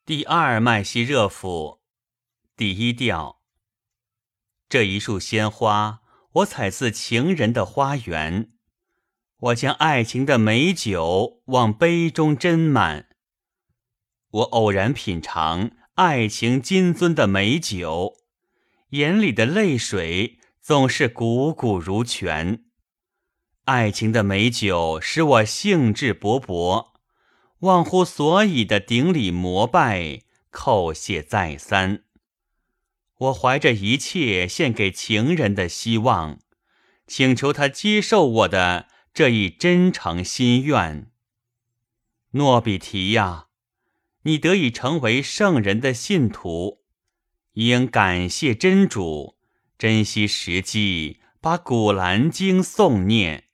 第二麦西热甫，第一调。这一束鲜花，我采自情人的花园。我将爱情的美酒往杯中斟满。我偶然品尝爱情金樽的美酒，眼里的泪水总是汩汩如泉。爱情的美酒使我兴致勃勃，忘乎所以的顶礼膜拜，叩谢再三。我怀着一切献给情人的希望，请求他接受我的这一真诚心愿。诺比提呀，你得以成为圣人的信徒，应感谢真主，珍惜时机，把古兰经诵念。